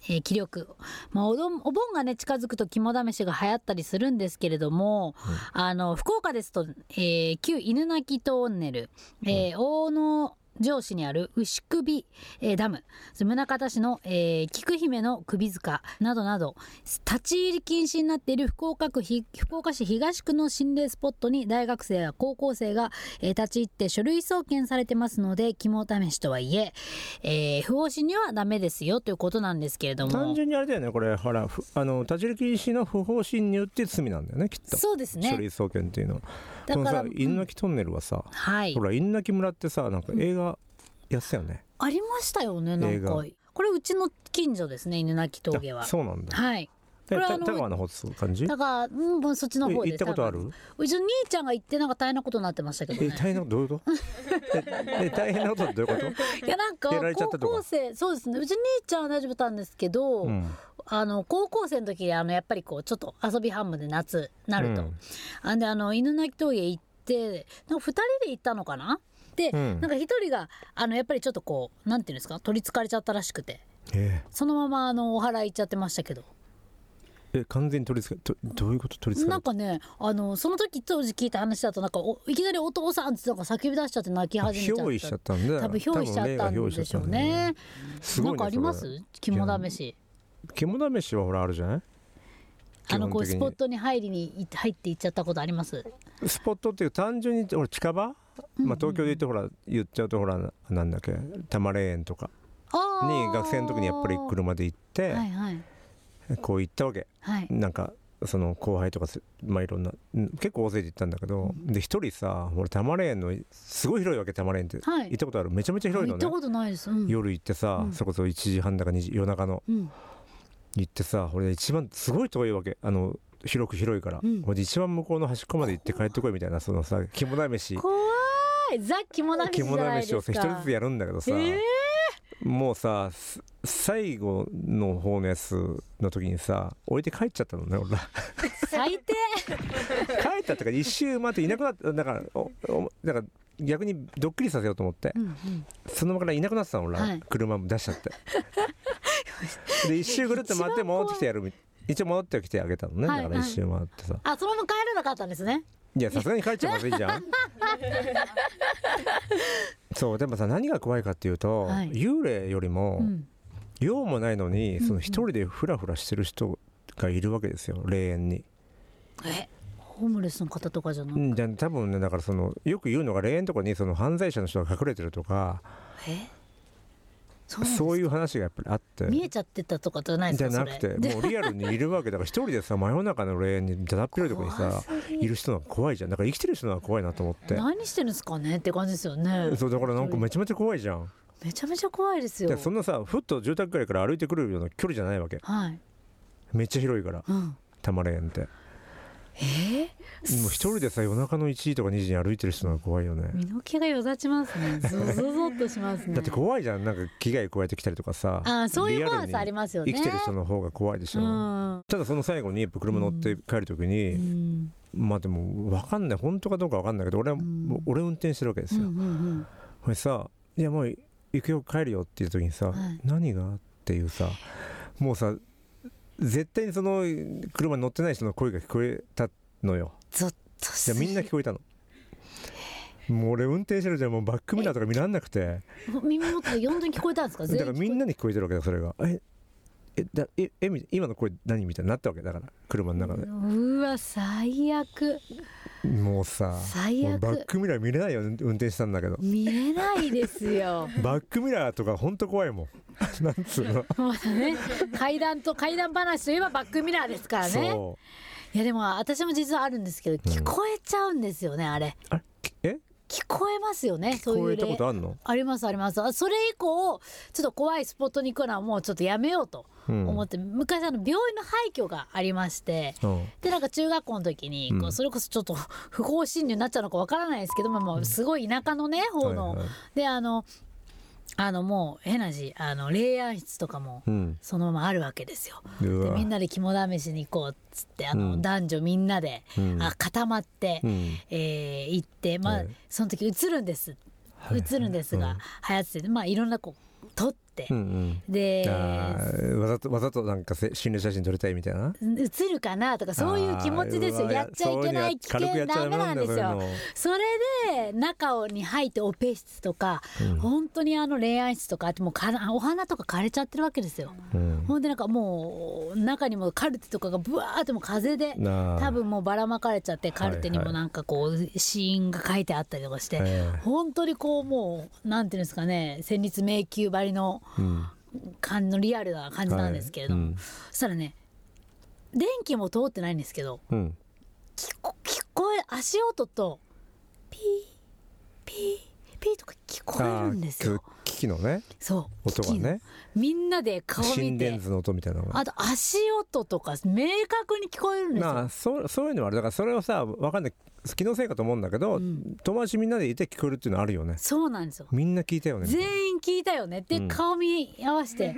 えー、気力、まあ、おどんお盆がね近づくと肝試しが流行ったりするんですけれども、うん、あの福岡ですと、えー、旧犬鳴トンネル、えー、大野城市にある牛首、えー、ダム、宗像市の、えー、菊姫の首塚などなど立ち入り禁止になっている福岡区ひ福岡市東区の心霊スポットに大学生や高校生が、えー、立ち入って書類送検されてますので、肝試しとはいええー、不法侵入はダメですよということなんですけれども、 単純にあれだよね、これほらあの立ち入り禁止の不法侵入っていう罪なんだよね、きっと。 そうですね、 書類送検っていうのは。 だからこのさ犬鳴トンネルはさ、 うん、はい、 ほら犬鳴村ってさなんか映画やってたよね、 うん、ありましたよね、なんかこれうちの近所ですね、犬鳴峠は。 そうなんだ。 はい、 これ田川の方って感じ？ 田川、うん、そっちの方です。 行ったことある？ うちの兄ちゃんが行ってなんか大変なことになってましたけどね。 え大変なことどういうことえ大変なことどういうこと？ いやなんか高校生、そうですね、うちの兄ちゃんは大丈夫だったんですけど、うん、あの高校生の時あのやっぱりこうちょっと遊び半分で夏なると、うん、あんであの犬鳴峠行ってなんかふたりで行ったのかなで、うん、なんか一人があのやっぱりちょっとこうなんていうんですか、取りつかれちゃったらしくて、えー、そのままあのお祓い行っちゃってましたけど。 え完全に取りつかれ、どういうこと取りつかれなんかね、あのその時当時聞いた話だとなんかおいきなりお父さんってなんか叫び出しちゃって泣き始めちゃった。 憑依しちゃったんで、 多分憑依しちゃったんでしょうね。すごいね。なんかあります？肝試し。 肝試しはほらあるじゃない？ あのこうスポットに入りに入って行っちゃったことあります？ スポットっていう単純に俺近場、うんうん、まあ、東京で言ってほら言っちゃうとほらなんだっけ多摩霊園とかに学生の時にやっぱり車で行って、はいはい、こう行ったわけ、はい、なんかその後輩とか、まあ、いろんな結構大勢で行ったんだけど、うん、で一人さ俺多摩霊園のすごい広いわけ、多摩霊園って、はい、行ったことある？めちゃめちゃ広いのね。 行ったことないです、うん、 夜行ってさ、うん、それこそいちじはんだかにじ夜中の、うん、行ってさ、俺一番すごい遠いわけ、あの広く広いから、うん、俺一番向こうの端っこまで行って帰ってこいみたいな、そのさ肝試し、 怖い、ザ肝試しじゃないですか。 肝試しをさ一人ずつやるんだけどさ、えー、もうさ最後の方のやつの時にさ置いて帰っちゃったのね俺ら最低帰ったってか一周回っていなくなった、だからおおだから逆にドッキリさせようと思って、うんうん、その場からいなくなってたの俺ら、はい、車も出しちゃってで一周ぐるっと回って戻ってきてやるみたいな、一応戻ってきてあげたのね、はい、だから一周回ってさ、 あそのまま帰れなかったんですね。 いやさすがに帰っちゃまずいじゃんそうでもさ何が怖いかっていうと、はい、幽霊よりも、うん、用もないのにその一人でフラフラしてる人がいるわけですよ、霊園に。 えホームレスの方とかじゃなくて、 うんじゃ多分ね、だからそのよく言うのが霊園とかにその犯罪者の人が隠れてるとか、 えそうそういう話がやっぱりあって、 見えちゃってたとかじゃないですか？ じゃなくてもうリアルにいるわけだから一人でさ真夜中の霊園にだだっ広いとこにさいる人のが怖いじゃん。だから生きてる人のが怖いなと思って。 何してるんですかねって感じですよね。 そうだからなんかめちゃめちゃ怖いじゃん。 めちゃめちゃ怖いですよ。 そんなさふっと住宅街から歩いてくるような距離じゃないわけ、はい、めっちゃ広いから、うん、多摩霊園ってえー、 もう一人でさ夜中のいちじとかにじに歩いてる人のが怖いよね。 身の毛がよだちますね。ゾゾゾっとしますね。 だって怖いじゃん、なんか危害加えてきたりとかさ、 あそういう怖さありますよね。 生きてる人の方が怖いでしょ、うん、ただその最後にやっぱ車乗って帰るときに、うん、まあでも分かんない本当かどうか分かんないけど俺は、うん、俺運転してるわけですよ、うんうんうん、これさいやもう行くよ帰るよっていう時にさ、はい、何がっていうさもうさ絶対にその車に乗ってない人の声が聞こえたのよ。 ゾッとする。 いやみんな聞こえたの。もう俺運転してるじゃん、もうバックミラーとか見らんなくて耳元でよんどに聞こえたんですか？ だからみんなに聞こえてるわけだそれが。ええだええ今の声何みたいになったわけだから車の中で。 うわ最悪。 もうさ最悪。バックミラー見れないよ運転したんだけど。 見れないですよバックミラーとかほんと怖いもんなんつうのまだね階段と階段話といえばバックミラーですからね。そういやでも私も実はあるんですけど、聞こえちゃうんですよね、うん、あれ。あえ聞こえますよね。そういう例聞こえたことあるの？ ありますあります。それ以降ちょっと怖いスポットに行くのはもうちょっとやめようと思って、うん、昔あの病院の廃墟がありまして、うん、でなんか中学校の時にこうそれこそちょっと不法侵入になっちゃうのかわからないですけども、もうすごい田舎のね方の、はいはい、であのあのもう変な話あの霊安室とかもそのままあるわけですよ、うん、でみんなで肝試しに行こうっつってあの、うん、男女みんなで、うん、あ固まって、うん、えー、行って、まあはい、その時映るんです映るんですが、はい、流行ってて、まあ、いろんなこうとっ 、 うんうん、 でわざとわざとなんか心霊写真撮りたいみたいな、 映るかなとかそういう気持ちですよ。やっちゃいけない、危険、ダメなんですよ。それで中に入ってオペ室とか、うん、本当にあの霊安室とかあってもうかお花とか枯れちゃってるわけですよ、うん、ほんでなんかもう中にもカルテとかがブワーっても風で多分もうばらまかれちゃって、カルテにもなんかこう死因が書いてあったりとかして、はいはい、本当にこうもうなんていうんですかね、戦慄迷宮張りの感のリアルな感じなんですけれども、はい、うん、そしたらね電気も通ってないんですけど、うん、聞こ、聞こえ足音とピーピーピーとか聞こえるんですよ。 機器のね、 そう音がね、 みんなで顔見て、 心電図の音みたいなのが、 あと足音とか明確に聞こえるんですよ。 まあ、そう、そういうのはある。だからそれをさ、分かんない、気のせいかと思うんだけど、うん、友達みんなでいて聞こえるっていうのはあるよね。 そうなんですよ。 みんな聞いたよね、 全員聞いたよねって、うん、顔見合わせて、うん、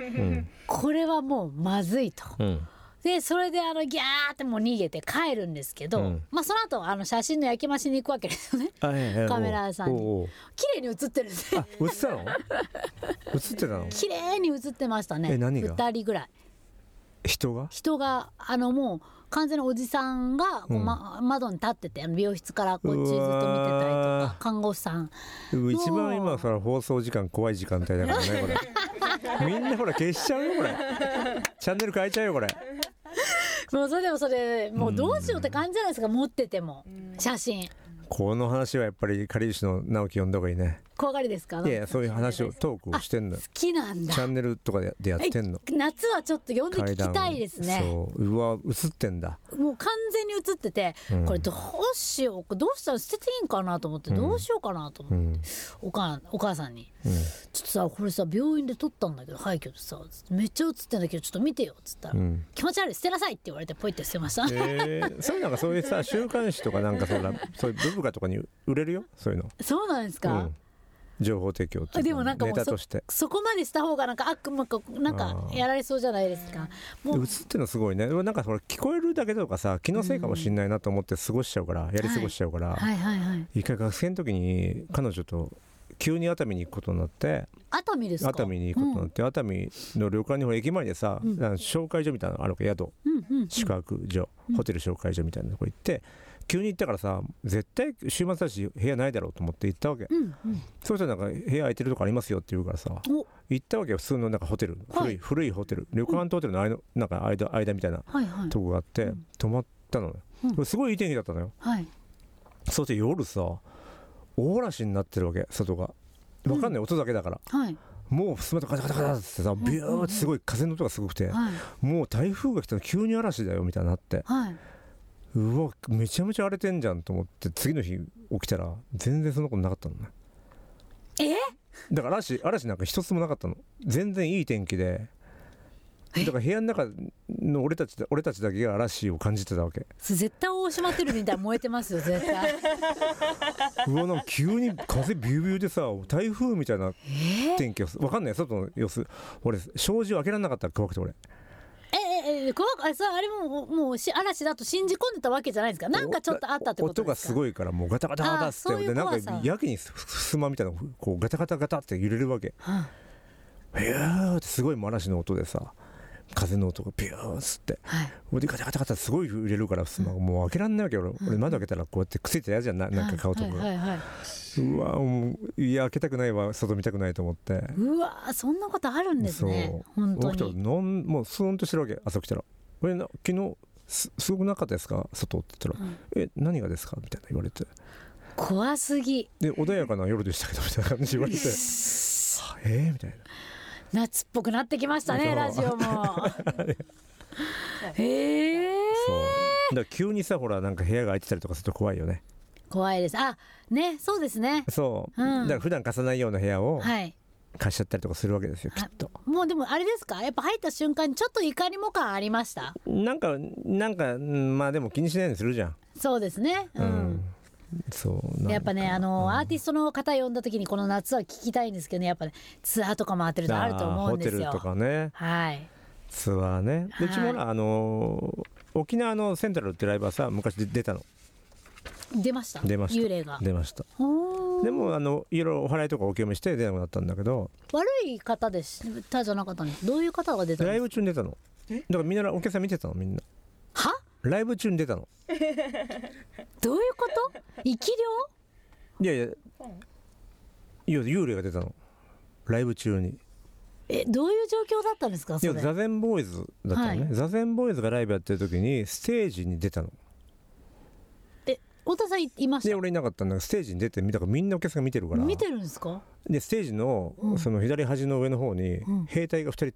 これはもうまずいと、うん、でそれであのギャーってもう逃げて帰るんですけど、うん、まあその後あの写真の焼き増しに行くわけですよね、カメラさんに。綺麗に写ってるんですね。 あ、写ったの？写ってたの？ 綺麗に写ってましたね。 え、何が？ ふたりぐらい人が人があのもう完全におじさんがこう、まうん、窓に立ってて、あの美容室からこっちずっと見てたりとか、看護師さん、 一番今それ放送時間怖い時間帯だからねこれみんなほら消しちゃうよこれチャンネル変えちゃうよこれ。 もうそれでもそれもうどうしようって感じじゃないですか、持ってても写真。 この話はやっぱりかりゆしの直樹呼んだ方がいいね。 怖がりですか？ いや、そういう話をトークをしてんの。 好きなんだ。 チャンネルとかでやってんの。 夏はちょっと呼んで聞きたいですね。 そう、うわ、映ってんだ。 もう完全に映ってて、うん、これどうしよう、どうしたら捨てていいんかなと思って、うん、どうしようかなと思って、うん、お母お母さんに、うん、ちょっとさこれさ病院で撮ったんだけど廃墟でさめっちゃ映ってんだけどちょっと見てよっつったら、うん、気持ち悪い捨てなさいって言われてポイって捨てました。 えー、そういうなんかそういうさ週刊誌とかなんかそうそういうブブカとかに売れるよそういうの。 そうなんですか？うん、情報提供っていうでもなんかもう そ, そこまでした方がなんか悪魔かなんかやられそうじゃないですか。 もう映ってるのすごいね。なんかほら聞こえるだけとかさ気のせいかもしれないなと思って過ごしちゃうから、うん、やり過ごしちゃうから、はいはいはいはい、一回学生の時に彼女と急に熱海に行くことになって。 熱海ですか？ 熱海に行くことになって、うん、熱海の旅館にほら駅前でさ、うん、紹介所みたいなのあるか宿、うんうんうん、宿泊所、うん、ホテル紹介所みたいなとこ行って急に行ったからさ絶対週末だし部屋ないだろうと思って行ったわけ、うんうん、そうしたらなんか部屋空いてるとこありますよって言うからさ行ったわけよ。普通のなんかホテル、古い、はい、古いホテル、旅館とホテルの間、なんか 間, 間みたいなとこがあって、はいはい、泊まったのよ、うん、すごいいい天気だったのよ、はい、そして夜さ大嵐になってるわけ外が分かんない、うん、音だけだから、はい、もうふすまとガタガタガタってさビューってすごい風の音がすごくて、はい、もう台風が来たら急に嵐だよみたいになって、はい、うわめちゃめちゃ荒れてんじゃんと思って次の日起きたら全然そんなことなかったのね。 えだから 嵐, 嵐なんか一つもなかったの。全然いい天気でだから部屋の中の俺たち俺たちだけが嵐を感じてたわけ。 絶対大島テルみたいに燃えてますよ絶対。 うわなんか急に風ビュービューでさ台風みたいな天気を分かんない外の様子。俺障子を開けられなかった怖くて俺。 えええ怖くあさあれももう嵐だと信じ込んでたわけじゃないですか。なんかちょっとあったってことですか？ 音がすごいからもうガタガタガタってでなんかやけにふすまみたいなこうガタガタガタって揺れるわけ。はあ、へーってすごい嵐の音でさ。風の音がピューッって、はい、でガタガタガタすごい揺れるから、うん、もう開けらんないわけよ、うん、俺窓開けたらこうやってくっついてるやつじゃん な, なんか顔とか、はいはいはいはい、うわもういや開けたくないわ外見たくないと思って。 うわそんなことあるんですね。そう本当に起きたらなんもうスーンとしてるわけ。朝起きたらこれな昨日 す, すごくなかったですか外って言ったら、うん、え何がですかみたいな言われて怖すぎで穏やかな夜でしたけどみたいな感じ言われてえーみたいな夏っぽくなってきましたねラジオも。へえ。 そうだから急にさほらなんか部屋が空いてたりとかすると怖いよね。 怖いです。あねそうですね。 そう、うん、だから普段貸さないような部屋を貸しちゃったりとかするわけですよ、はい、きっと。 もうでもあれですかやっぱ入った瞬間にちょっと怒りも感ありました？ なんかなんかまあでも気にしないようにするじゃん。 そうですね。うん、うんそうやっぱねあの、うん、アーティストの方呼んだ時にこの夏は聞きたいんですけどねやっぱねツアーとか回ってるとあると思うんですよ。 ホテルとかね、 はい、 ツアーね。でうちもらあの沖縄のセントラルってライブはさ昔出たの。 出ました。 出ました幽霊が出ました。 でもあのいろいろお祓いとかお清めして出なくなったんだけど。 悪い方でしたじゃなかったんです。どういう方が出たんですか。 ライブ中に出たの。だからみんなお客さん見てたのみんな。 は？ ライブ中に出たの。 どういうこと生き量？いやいやいや幽霊が出たのライブ中に。 えどういう状況だったんですかそれ。 いやザゼンボーイズだったのね、はい、ザゼンボーイズがライブやってる時にステージに出たの。 え太田さんいました？ で俺いなかったんだけどステージに出て見たからみんなお客さん見てるから見てるんですか。 でステージの、うん、その左端の上の方に兵隊がふたり、うん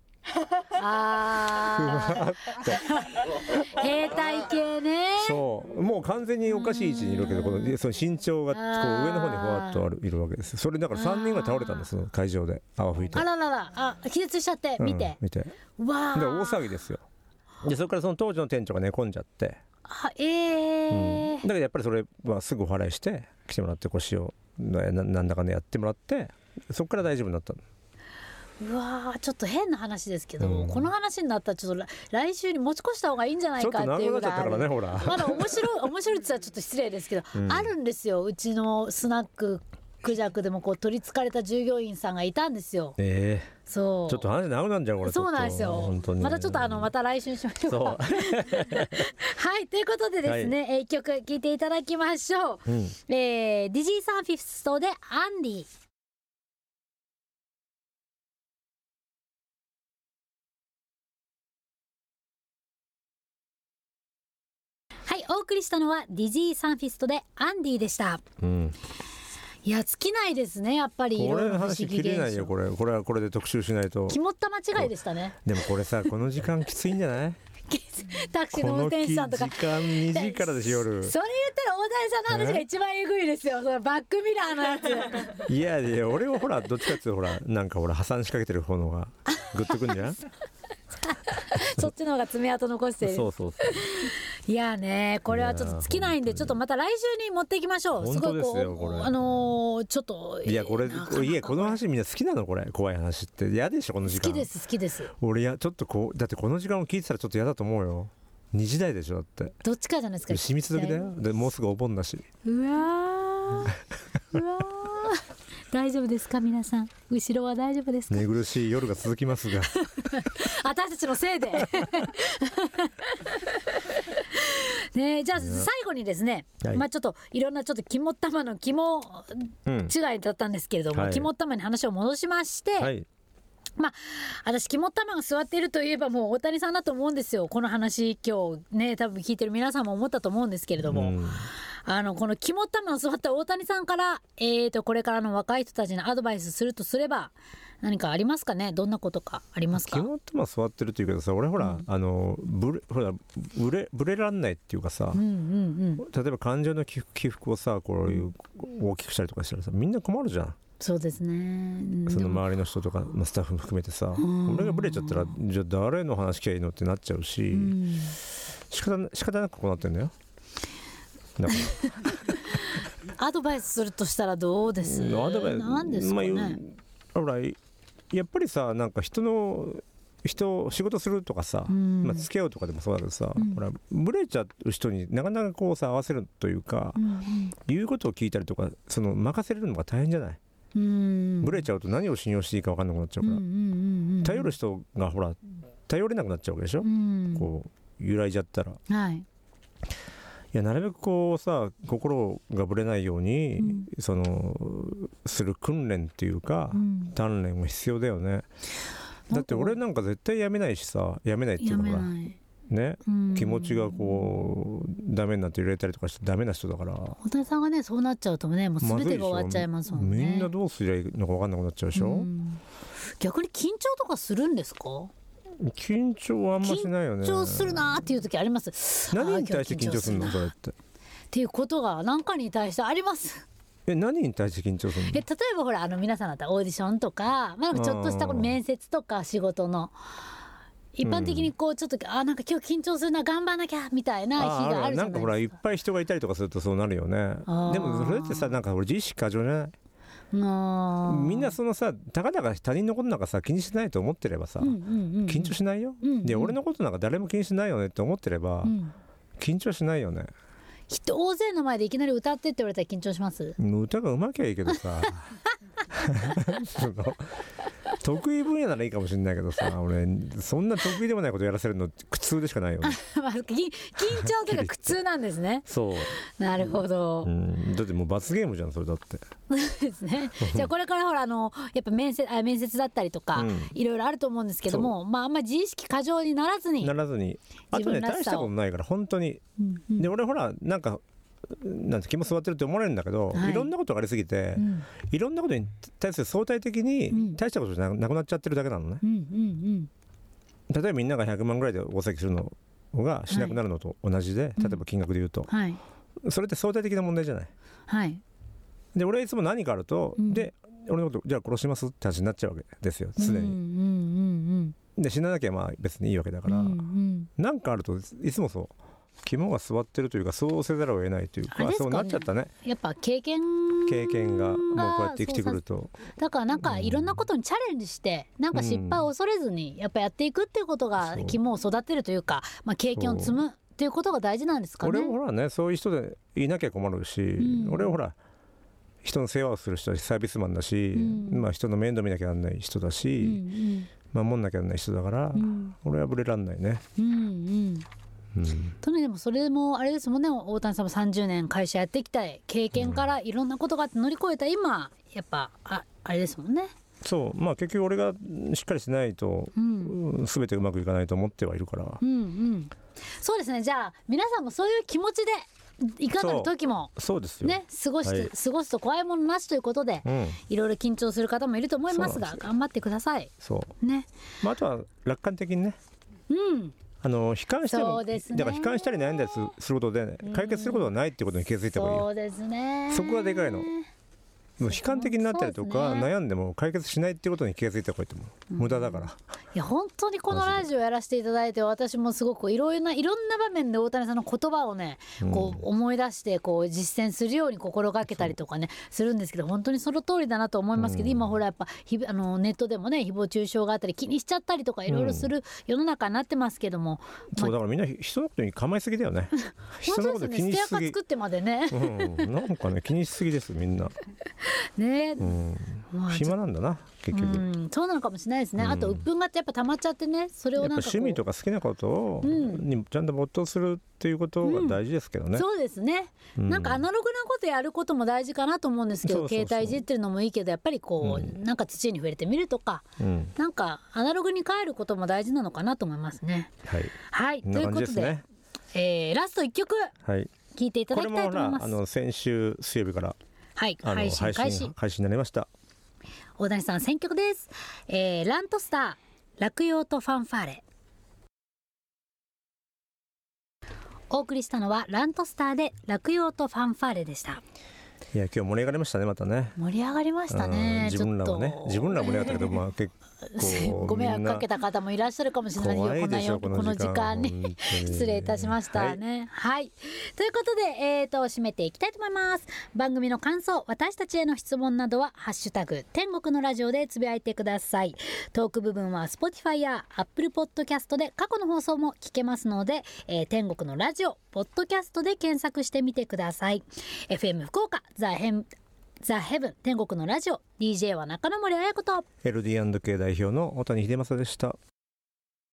あ兵隊系ね。 そうもう完全におかしい位置にいるけどこのその身長がこう上の方にふわっとあるいるわけです。それだからさんにんが倒れたんですよ会場で泡吹いて。 あらららあ気絶しちゃって見て、うん、 見てわで大騒ぎですよ。でそれからその当時の店長が寝込んじゃってあえーうん、 だけどやっぱりそれはすぐお祓いして来てもらって腰を な, なんだかねやってもらってそこから大丈夫になったの。 うわちょっと変な話ですけど、うん、この話になったらちょっと来週に持ち越した方がいいんじゃないかっていうぐらいある。まだ面白い面白いって言ったらちょっと失礼ですけど、うん、あるんですよ。うちのスナッククジャクでもこう取りつかれた従業員さんがいたんですよ。 えー、 そうちょっと話長なんじゃんこれ。 そうなんですよ。本当にまたちょっとあのまた来週にしましょうか。はいということでですね、はい、一曲聴いていただきましょう、うんえー、ディジーサンフィストでアンディ。はいお送りしたのはディジーサンフィストでアンディでした、うん、いや尽きないですねやっぱり。 これの話切れないよこれ。これはこれで特集しないと。 肝った間違いでしたね。 でもこれさこの時間きついんじゃないタクシーの運転手さんとかこの時間にじからです夜。 それ言ったら大谷さんの話が一番えぐいですよ。そのバックミラーのやつ。 いやいや俺はほらどっちかっていうとほらなんかほら破産しかけてる方のがグッとくんじゃんそっちの方が爪痕残してる。 そうそうそういやねこれはちょっと尽きないんでちょっとまた来週に持っていきましょう。 本当ですよこれ。 あのー、ちょっといやこれいやこの話みんな好きなのこれ怖い話って嫌でしょこの時間。 好きです好きです。 俺やちょっとこうだってこの時間を聞いてたらちょっと嫌だと思うよ。にじ台でしょだって。 どっちかじゃないですか。 秘密時だよ。でもうすぐお盆だし。 うわーうわー大丈夫ですか皆さん後ろは大丈夫ですか。 寝苦しい夜が続きますが私たちのせいでね、じゃあ最後にですね、はい、まあちょっといろんなちょっと肝っ玉の肝違いだったんですけれども、うん、肝っ玉に話を戻しまして、はい、まあ私肝っ玉が座っているといえばもう大谷さんだと思うんですよ。この話今日ね多分聞いてる皆さんも思ったと思うんですけれども、うん、あのこの肝っ玉の座った大谷さんから、えー、とこれからの若い人たちにアドバイスするとすれば何かありますかね。どんなことかありますか。 肝っ玉座ってるというけどさ俺ほら、うん、あのブレほらブレブレらんないっていうかさ、うんうんうん、例えば患者の起伏をさこういう大きくしたりとかしたらさみんな困るじゃん。 そうですね。 その周りの人とかスタッフも含めてさ俺がブレちゃったらじゃあ誰の話聞けばいいのってなっちゃうし、うん、仕方仕方なくこうなってんだよ。だからアドバイスするとしたらどうです。アドバイスなんですかね。まあ、 ほらやっぱりさなんか人の人仕事するとかさ、うんまあ、付き合うとかでもそうだけどさ、うん、ほらブレちゃう人になかなかこうさ合わせるというか、うんうん、言うことを聞いたりとかその任せれるのが大変じゃない。うんブレちゃうと何を信用していいか分かんなくなっちゃうから、うんうんうんうん、頼る人がほら頼れなくなっちゃうわけでしょ、うん、こう揺らいじゃったら、はい、いやなるべくこうさ心がぶれないように、うん、そのする訓練っていうか、うん、鍛錬も必要だよね。だって俺なんか絶対やめないしさやめないっていうのがね、うん、気持ちがこうダメになって揺れたりとかしてダメな人だから。 大谷さんがねそうなっちゃうとねもう全てが終わっちゃいますもんね。 みんなどうすりゃいいのか分かんなくなっちゃうでしょ、うん、 逆に緊張とかするんですか。 緊張はあんましないよね。 緊張するなっていう時あります。 何に対して緊張するのそれってっていうことが何かに対してあります。 え何に対して緊張するの。え例えばほらあの皆さんだったらオーディションとか、まあ、ちょっとしたこの面接とか仕事の一般的にこうちょっと、うん、あなんか今日緊張するな頑張らなきゃみたいな日があるじゃないですか。 なんかほらいっぱい人がいたりとかするとそうなるよね。でもそれってさなんか俺自意識過剰じゃない。みんなそのさたかだか他人のことなんかさ気にしないと思ってればさ、うんうんうん、緊張しないよ、うんうん、で俺のことなんか誰も気にしないよねって思ってれば、うん、緊張しないよね。 大勢の前でいきなり歌ってって言われたら緊張します？ 歌がうまきゃいいけどさ得意分野ならいいかもしれないけどさ、俺そんな得意でもないことやらせるの苦痛でしかないよねまあ、緊張というか苦痛なんですねそうなるほど、 うん、だってもう罰ゲームじゃんそれだってそうですねじゃあこれからほらあのやっぱ面接、あ面接だったりとか、うん、いろいろあると思うんですけども、まああんまり自意識過剰にならずにならずにあとね大したことないから本当に、うんうん、で俺ほらなんかなんて気も座ってるって思われるんだけど、はい、いろんなことがありすぎて、うん、いろんなことに対する相対的に大したことじゃなくなっちゃってるだけなのね、うんうんうん、例えばみんながひゃくまんぐらいで大席するのがしなくなるのと同じで、はい、例えば金額で言うと、うんはい、それって相対的な問題じゃない、はい、で俺はいつも何かあると、うん、で俺のことじゃあ殺しますって話になっちゃうわけですよ常に、うんうんうんうん、で死ななきゃまあ別にいいわけだから、うんうん、なんかあるといつもそう肝が据わってるというかそうせざるを得ないという か, か、ね、そうなっちゃったねやっぱ経験経験がもうこうやって生きてくるとだからなんかいろんなことにチャレンジして、うん、なんか失敗を恐れずにやっぱやっていくっていうことが肝を育てるというか、まあ、経験を積むっていうことが大事なんですかね。 俺もほらねそういう人でいなきゃ困るし、うん、俺はほら人の世話をする人だしサービスマンだし、うんまあ、人の面倒見なきゃならない人だし、うんうん、守んなきゃならない人だから、うん、俺はブレらんないね、うんうんうん、とねでもそれもあれですもんね大谷さんもさんじゅうねん会社やってきた経験からいろんなことがあって乗り越えた今やっぱ あ, あれですもんね。 そうまあ結局俺がしっかりしないと、うん、全てうまくいかないと思ってはいるから、うんうん、 そうですね。じゃあ皆さんもそういう気持ちでいかなる時もそうですよ、 ね、過ごして、はい、過ごすと怖いものなしということで、うん、いろいろ緊張する方もいると思いますが頑張ってください。 そう、ねまあ、あとは楽観的にね、うんあの悲観しても、ね、だから悲観したり悩んだりすることで、ね、解決することがないっていうことに気づいた方がいいよ。 そうですね。 そこがでかいの。もう悲観的になったりとか、ね、悩んでも解決しないっていうことに気づいた方がいいと思う、うん、無駄だから。 いや本当にこのラジオやらせていただいて私もすごくいろんないろんな場面で大谷さんの言葉をね、うん、こう思い出してこう実践するように心がけたりとかねするんですけど本当にその通りだなと思いますけど、うん、今ほらやっぱひあのネットでもね誹謗中傷があったり気にしちゃったりとかいろいろする世の中になってますけども、 うんそうだからみんな人のことに構いすぎだよね人のこと気にしすぎ、ステアカ作ってまでね、 うん、なんかね気にしすぎですみんなね、 うんまあ、暇なんだな結局、うん、 そうなのかもしれないですね、うん、あと鬱憤がやっぱ溜まっちゃってねそれをなんかこうやっぱ趣味とか好きなことを、うん、にちゃんと没頭するっていうことが大事ですけどね、 うん、そうですね、うん、なんかアナログなことやることも大事かなと思うんですけど、携帯いじってるのもいいけどやっぱりこう、うん、なんか土に触れてみるとか、うん、なんかアナログに帰ることも大事なのかなと思いますね。はい、はい、ということで、ねえー、ラストいっきょく聴いていただきたいと思います。 これもあの先週水曜日から、 はい、配信開始配信になりました。 大谷さん選曲です、えー、ラントスター落葉とファンファーレ。お送りしたのはラントスターで落葉とファンファーレでした。 いや今日盛り上がりましたねまたね。 盛り上がりましたね。 自分らもね自分らも盛り上がったけど、まあ結構ご迷惑かけた方もいらっしゃるかもしれないよこんなよこの時間に失礼いたしましたね。はい、はい、ということで、えー、と締めていきたいと思います。番組の感想私たちへの質問などはハッシュタグ天国のラジオでつぶやいてください。トーク部分は Spotify や Apple Podcast で過去の放送も聞けますので、えー、天国のラジオポッドキャストで検索してみてください。 エフエム 福岡ザ・ヘンザ・ヘブン天国のラジオ ディージェー は中野森彩子とエルディーアンドケー 代表の大谷秀正でした。